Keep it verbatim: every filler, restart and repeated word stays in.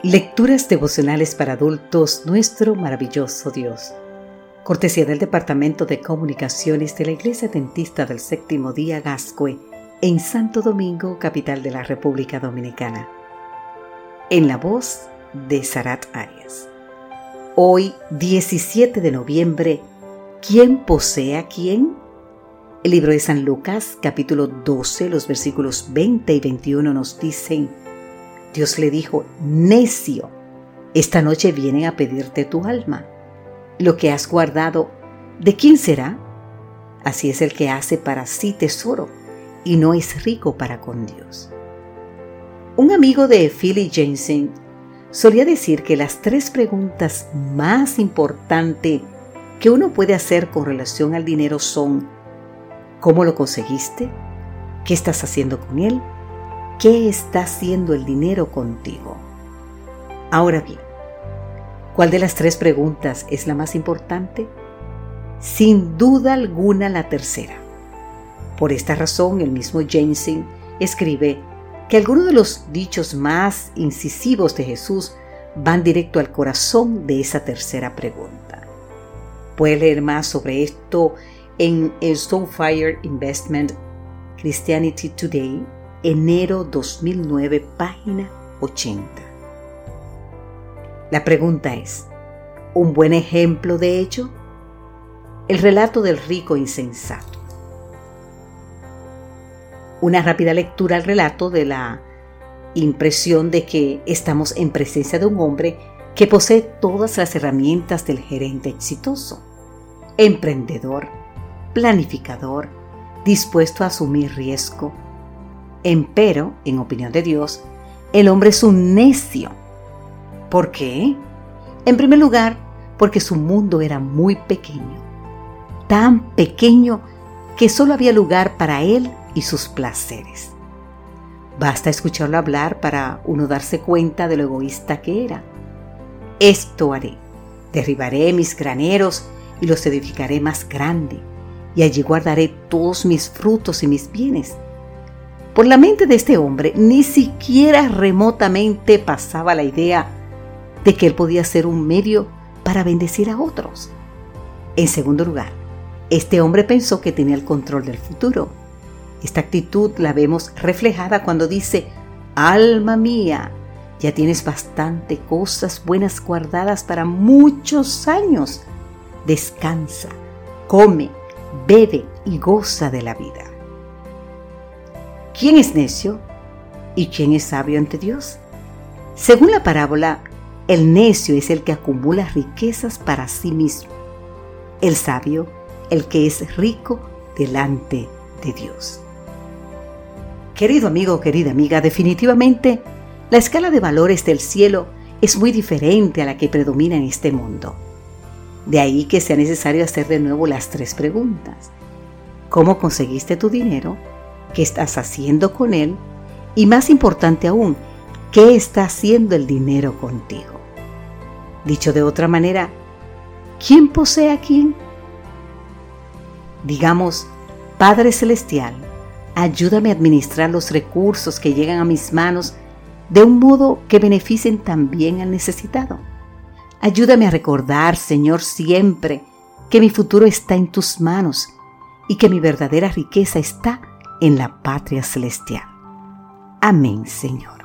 Lecturas devocionales para adultos, nuestro maravilloso Dios. Cortesía del Departamento de Comunicaciones de la Iglesia Adventista del Séptimo Día Gascue, en Santo Domingo, capital de la República Dominicana. En la voz de Sarat Arias. Hoy, diecisiete de noviembre, ¿quién posee a quién? El libro de San Lucas, capítulo doce, los versículos veinte y veintiuno nos dicen: Dios le dijo: necio, esta noche vienen a pedirte tu alma. Lo que has guardado, ¿de quién será? Así es el que hace para sí tesoro y no es rico para con Dios. Un amigo de Philip Jensen solía decir que las tres preguntas más importantes que uno puede hacer con relación al dinero son: ¿cómo lo conseguiste? ¿Qué estás haciendo con él? ¿Qué está haciendo el dinero contigo? Ahora bien, ¿cuál de las tres preguntas es la más importante? Sin duda alguna la tercera. Por esta razón, el mismo Jensen escribe que algunos de los dichos más incisivos de Jesús van directo al corazón de esa tercera pregunta. Puede leer más sobre esto en el Soulfire Investment Christianity Today, enero dos mil nueve, página ochenta. La pregunta es: ¿un buen ejemplo de ello? El relato del rico insensato. Una rápida lectura al relato de la impresión de que estamos en presencia de un hombre que posee todas las herramientas del gerente exitoso, emprendedor, planificador, dispuesto a asumir riesgo. Empero, en opinión de Dios, el hombre es un necio. ¿Por qué? En primer lugar, porque su mundo era muy pequeño, tan pequeño que solo había lugar para él y sus placeres. Basta escucharlo hablar para uno darse cuenta de lo egoísta que era. Esto haré: derribaré mis graneros y los edificaré más grande, y allí guardaré todos mis frutos y mis bienes. Por la mente de este hombre ni siquiera remotamente pasaba la idea de que él podía ser un medio para bendecir a otros. En segundo lugar, este hombre pensó que tenía el control del futuro. Esta actitud la vemos reflejada cuando dice: alma mía, ya tienes bastante cosas buenas guardadas para muchos años. Descansa, come, bebe y goza de la vida. ¿Quién es necio y quién es sabio ante Dios? Según la parábola, el necio es el que acumula riquezas para sí mismo. El sabio, el que es rico delante de Dios. Querido amigo, querida amiga, definitivamente la escala de valores del cielo es muy diferente a la que predomina en este mundo. De ahí que sea necesario hacer de nuevo las tres preguntas: ¿cómo conseguiste tu dinero? ¿Qué estás haciendo con él? Y más importante aún, ¿qué está haciendo el dinero contigo? Dicho de otra manera, ¿quién posee a quién? Digamos: Padre Celestial, ayúdame a administrar los recursos que llegan a mis manos de un modo que beneficien también al necesitado. Ayúdame a recordar, Señor, siempre que mi futuro está en tus manos y que mi verdadera riqueza está en la patria celestial. Amén, Señor.